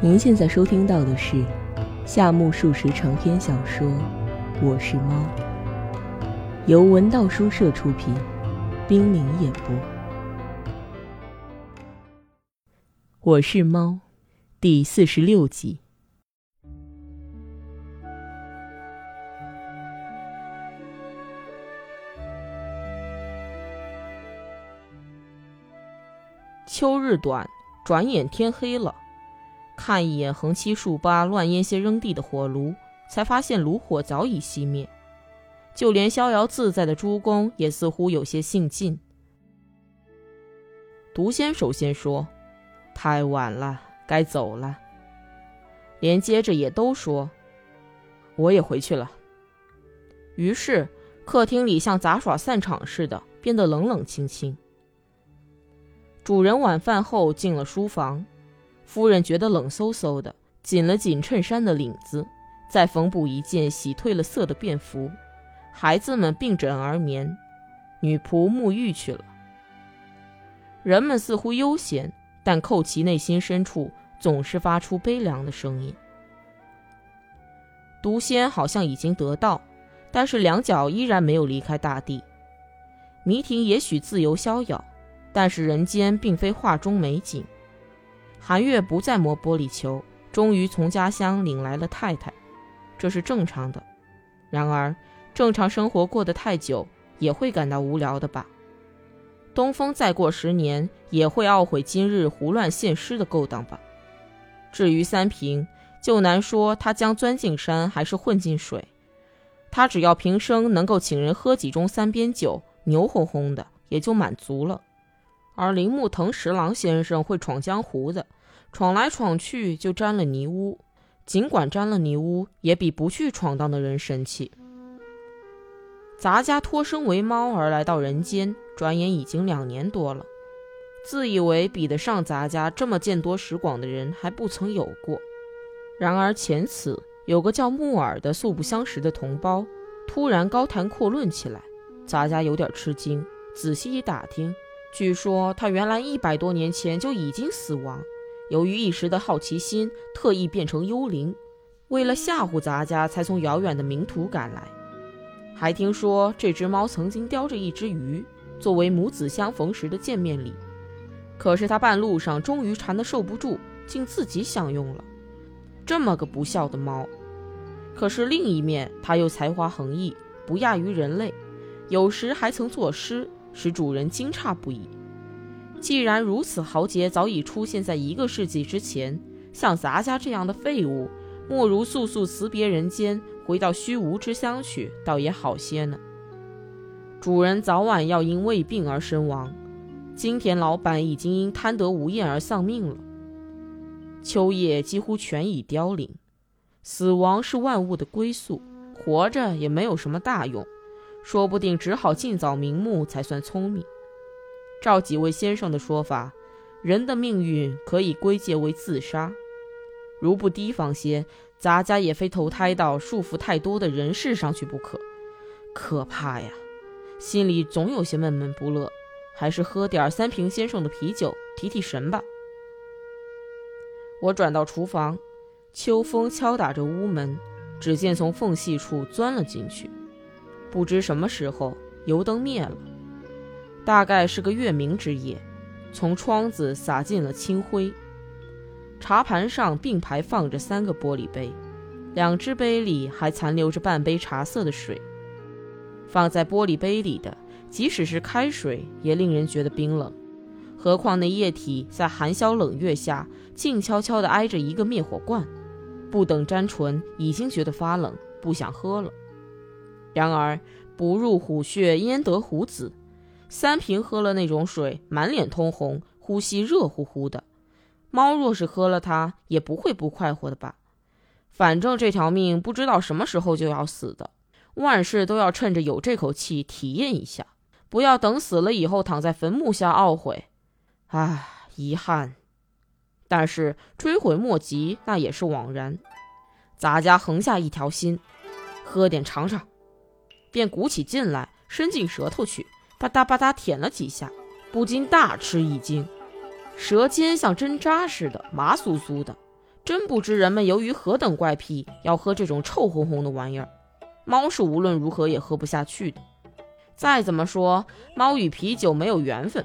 您现在收听到的是夏目漱石长篇小说《我是猫》，由文道书社出品，冰凌演播。我是猫第46集。 秋日短，转眼天黑了。看一眼横七竖八乱烟些扔地的火炉，才发现炉火早已熄灭，就连逍遥自在的朱公也似乎有些兴尽。毒仙首先说：太晚了，该走了。连接着也都说：我也回去了。于是客厅里像杂耍散场似的变得冷冷清清。主人晚饭后进了书房，夫人觉得冷飕飕的，紧了紧衬衫的领子，再缝补一件洗褪了色的便服。孩子们并枕而眠，女仆沐浴去了。人们似乎悠闲，但寇其内心深处总是发出悲凉的声音。毒仙好像已经得到，但是两脚依然没有离开大地。迷婷也许自由逍遥，但是人间并非画中美景。韩月不再摸玻璃球，终于从家乡领来了太太，这是正常的。然而正常生活过得太久，也会感到无聊的吧。东风再过10年，也会懊悔今日胡乱献诗的勾当吧。至于三平，就难说他将钻进山还是混进水，他只要平生能够请人喝几盅三边酒，牛哄哄的，也就满足了。而铃木藤十郎先生会闯江湖的，闯来闯去就沾了泥污，尽管沾了泥污，也比不去闯荡的人神气。杂家脱生为猫而来到人间，转眼已经2年多了。自以为比得上杂家这么见多识广的人还不曾有过。然而前此有个叫木耳的素不相识的同胞，突然高谈阔论起来，杂家有点吃惊，仔细一打听，据说他原来100多年前就已经死亡，由于一时的好奇心，特意变成幽灵，为了吓唬杂家才从遥远的冥土赶来。还听说这只猫曾经叼着一只鱼，作为母子相逢时的见面礼，可是他半路上终于馋得受不住，竟自己享用了。这么个不孝的猫。可是另一面他又才华横溢，不亚于人类，有时还曾作诗，使主人惊诧不已。既然如此豪杰早已出现在1个世纪之前，像杂家这样的废物，莫如速速辞别人间，回到虚无之乡去，倒也好些呢。主人早晚要因胃病而身亡，金田老板已经因贪得无厌而丧命了。秋叶几乎全已凋零，死亡是万物的归宿，活着也没有什么大用，说不定只好尽早瞑目才算聪明。照几位先生的说法，人的命运可以归结为自杀，如不提防些，杂家也非投胎到束缚太多的人世上去不可。可怕呀，心里总有些闷闷不乐，还是喝点三平先生的啤酒提提神吧。我转到厨房，秋风敲打着屋门，只见从缝隙处钻了进去。不知什么时候油灯灭了，大概是个月明之夜，从窗子洒进了清灰。茶盘上并排放着3个玻璃杯，2只杯里还残留着半杯茶色的水。放在玻璃杯里的，即使是开水也令人觉得冰冷，何况那液体在寒宵冷月下静悄悄地挨着一个灭火罐，不等沾唇已经觉得发冷，不想喝了。然而不入虎穴焉得虎子，三平喝了那种水，满脸通红，呼吸热乎乎的。猫若是喝了它，也不会不快活的吧。反正这条命不知道什么时候就要死的，万事都要趁着有这口气体验一下，不要等死了以后躺在坟墓下懊悔。唉，遗憾。但是追悔莫及，那也是枉然。杂家横下一条心，喝点尝尝，便鼓起劲来，伸进舌头去，吧嗒吧嗒舔了几下，不禁大吃一惊。舌尖像针扎似的，麻酥酥的， 真不知人们由于何等怪癖要喝这种臭烘烘的玩意儿，猫是无论如何也喝不下去的。再怎么说，猫与啤酒没有缘分。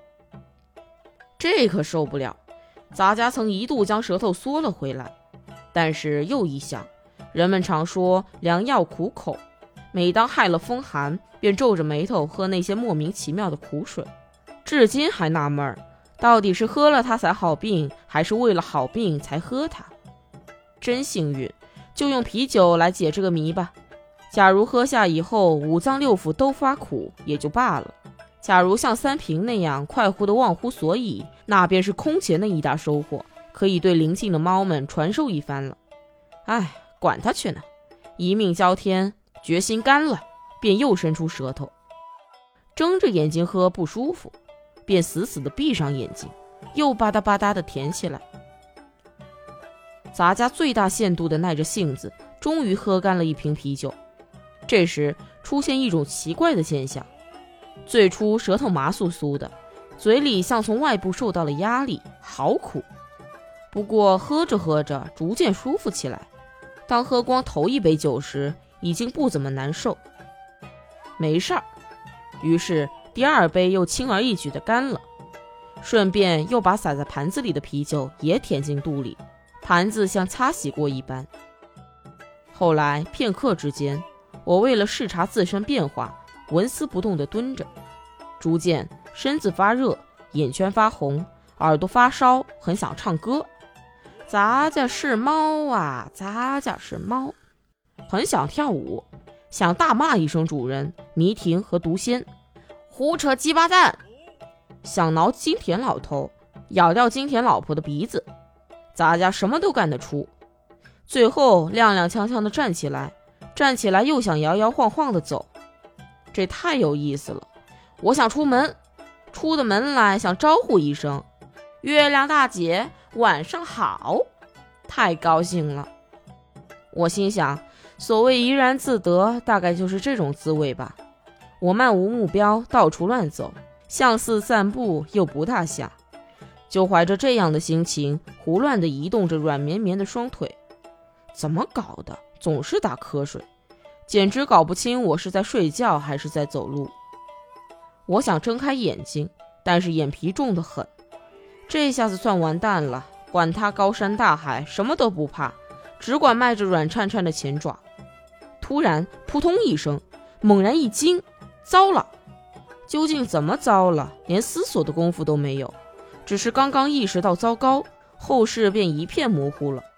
这可受不了，杂家曾一度将舌头缩了回来，但是又一想，人们常说良药苦口，每当害了风寒，便皱着眉头喝那些莫名其妙的苦水，至今还纳闷到底是喝了它才好病，还是为了好病才喝它。真幸运，就用啤酒来解这个谜吧。假如喝下以后五脏六腑都发苦也就罢了，假如像三瓶那样快活的忘乎所以，那便是空前的一大收获，可以对邻近的猫们传授一番了。哎，管他去呢，一命交天，决心干了，便又伸出舌头，睁着眼睛喝不舒服，便死死地闭上眼睛，又吧嗒吧嗒地舔起来。杂家最大限度地耐着性子，终于喝干了一瓶啤酒。这时出现一种奇怪的现象，最初舌头麻酥酥的，嘴里像从外部受到了压力，好苦。不过喝着喝着逐渐舒服起来，当喝光头一杯酒时，已经不怎么难受。没事儿，于是第二杯又轻而易举地干了，顺便又把洒在盘子里的啤酒也舔进肚里，盘子像擦洗过一般。后来片刻之间，我为了视察自身变化，纹丝不动地蹲着，逐渐身子发热，眼圈发红，耳朵发烧，很想唱歌。咱家是猫啊，咱家是猫，很想跳舞，想大骂一声主人迷婷和毒仙，胡扯鸡巴蛋，想挠金田老头，咬掉金田老婆的鼻子，咱家什么都干得出。最后踉踉跄跄地站起来，站起来又想摇摇晃晃地走，这太有意思了。我想出门，出的门来想招呼一声月亮大姐晚上好，太高兴了。我心想，所谓怡然自得，大概就是这种滋味吧。我漫无目标，到处乱走，像似散步又不大像，就怀着这样的心情，胡乱地移动着软绵绵的双腿。怎么搞的，总是打瞌睡，简直搞不清我是在睡觉还是在走路。我想睁开眼睛，但是眼皮重得很，这下子算完蛋了，管他高山大海，什么都不怕，只管迈着软颤颤的前爪。突然扑通一声，猛然一惊，糟了！究竟怎么糟了，连思索的功夫都没有，只是刚刚意识到糟糕，后事便一片模糊了。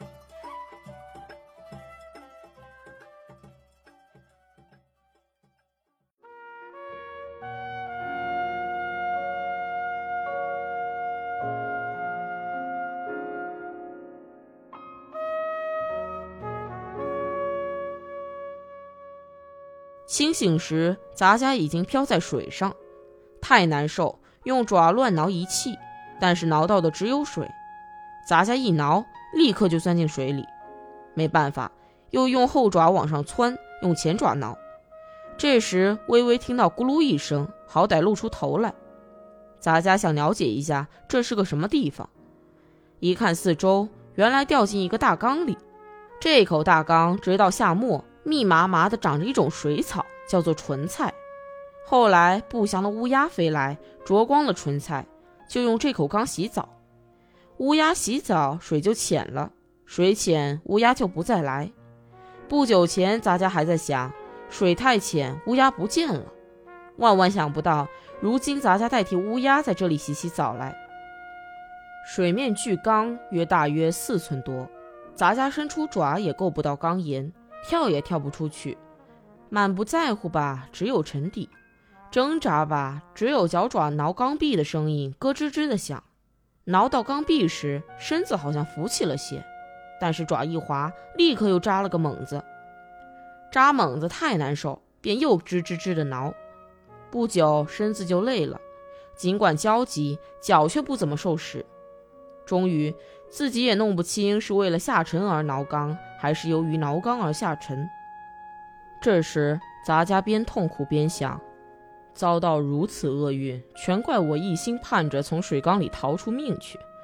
清醒时，杂家已经飘在水上，太难受，用爪乱挠一气，但是挠到的只有水。杂家一挠，立刻就钻进水里，没办法，又用后爪往上窜，用前爪挠。这时微微听到咕噜一声，好歹露出头来。杂家想了解一下这是个什么地方，一看四周，原来掉进一个大缸里。这口大缸直到下末密麻麻地长着一种水草，叫做纯菜。后来不祥的乌鸦飞来，啄光了纯菜，就用这口缸洗澡。乌鸦洗澡，水就浅了，水浅，乌鸦就不再来。不久前杂家还在想，水太浅，乌鸦不见了。万万想不到，如今杂家代替乌鸦在这里洗起澡来。水面距缸大约4寸多，杂家伸出爪也够不到缸沿，跳也跳不出去，满不在乎吧，只有沉底；挣扎吧，只有脚爪挠缸壁的声音咯吱吱的响。挠到缸壁时，身子好像浮起了些，但是爪一滑，立刻又扎了个猛子。扎猛子太难受，便又吱吱吱的挠。不久身子就累了，尽管焦急，脚却不怎么受使。终于自己也弄不清是为了下沉而挠缸，还是由于挠缸而下沉。这时杂家边痛苦边想，遭到如此厄运，全怪我一心盼着从水缸里逃出命去。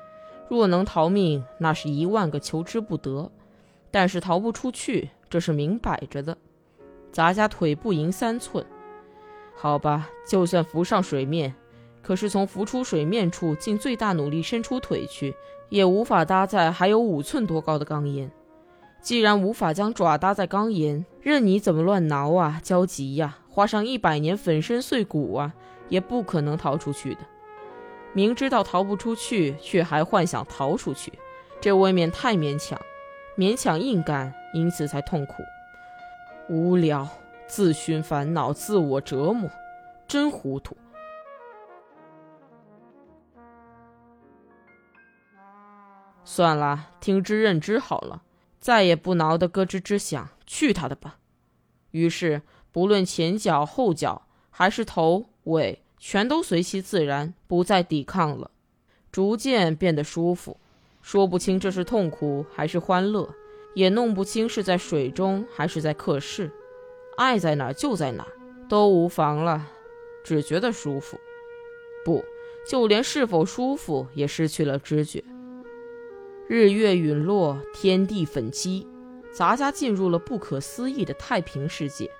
若能逃命，那是10000个求之不得，但是逃不出去，这是明摆着的。咱家腿不赢3寸，好吧，就算浮上水面，可是从浮出水面处尽最大努力伸出腿去，也无法搭载还有5寸多高的钢烟。既然无法将爪搭在钢烟，任你怎么乱挠啊，焦急呀，花上100年粉身碎骨啊，也不可能逃出去的。明知道逃不出去，却还幻想逃出去，这未免太勉强硬干，因此才痛苦。无聊，自寻烦恼，自我折磨，真糊涂。算了，听之任之好了，再也不挠得咯吱吱响，去他的吧。于是不论前脚后脚还是头尾，全都随其自然，不再抵抗了，逐渐变得舒服。说不清这是痛苦还是欢乐，也弄不清是在水中还是在客室，爱在哪儿就在哪儿，都无妨了，只觉得舒服。不，就连是否舒服也失去了知觉。日月陨落，天地粉击，咱家进入了不可思议的太平世界。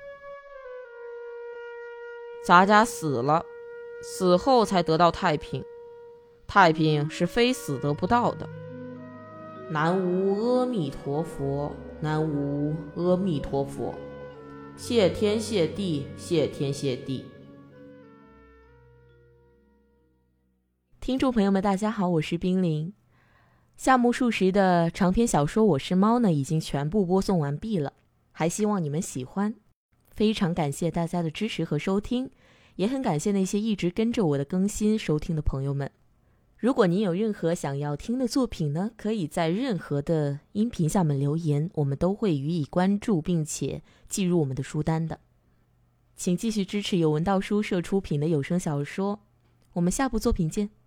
咱家死了，死后才得到太平，太平是非死得不到的。南无阿弥陀佛，南无阿弥陀佛，谢天谢地，谢天谢地。 听众朋友们大家好，我是冰凌。夏目漱石的长篇小说《我是猫》呢，已经全部播送完毕了，还希望你们喜欢。非常感谢大家的支持和收听，也很感谢那些一直跟着我的更新收听的朋友们。如果您有任何想要听的作品呢，可以在任何的音频下面留言，我们都会予以关注，并且记入我们的书单的。请继续支持由文道书社出品的有声小说，我们下部作品见。